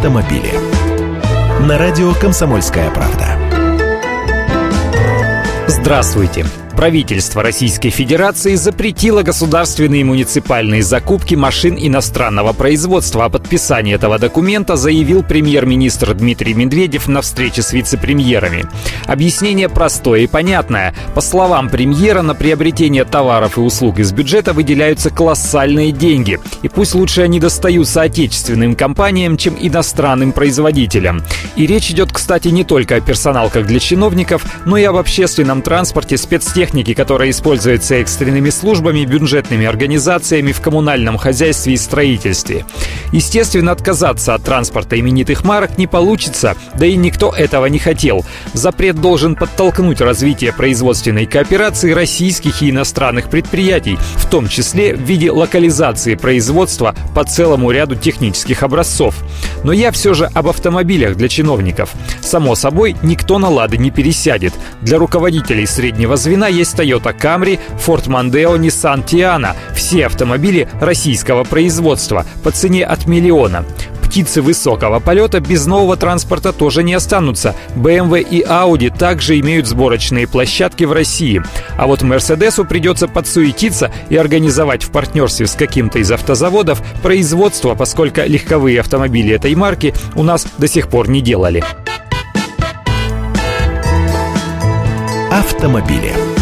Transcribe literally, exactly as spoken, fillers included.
автомобили. На радио «Комсомольская правда». Здравствуйте. Правительство Российской Федерации запретило государственные и муниципальные закупки машин иностранного производства. О подписании этого документа заявил премьер-министр Дмитрий Медведев на встрече с вице-премьерами. Объяснение простое и понятное. По словам премьера, на приобретение товаров и услуг из бюджета выделяются колоссальные деньги. И пусть лучше они достаются отечественным компаниям, чем иностранным производителям. И речь идет, кстати, не только о персоналках для чиновников, но и об общественном транспорте, спецтехнике, которая используется экстренными службами, бюджетными организациями в коммунальном хозяйстве и строительстве. Естественно, отказаться от транспорта именитых марок не получится, да и никто этого не хотел. Запрет должен подтолкнуть развитие производственной кооперации российских и иностранных предприятий, в том числе в виде локализации производства по целому ряду технических образцов. Но я все же об автомобилях для чиновников. Само собой, никто на «Лады» не пересядет. Для руководителей среднего звена есть Toyota Camry, Ford Mondeo, Nissan Tiana. Все автомобили российского производства по цене от миллиона. Птицы высокого полета без нового транспорта тоже не останутся. бэ эм вэ и Audi также имеют сборочные площадки в России. А вот Мерседесу придется подсуетиться и организовать в партнерстве с каким-то из автозаводов производство, поскольку легковые автомобили этой марки у нас до сих пор не делали. Автомобили.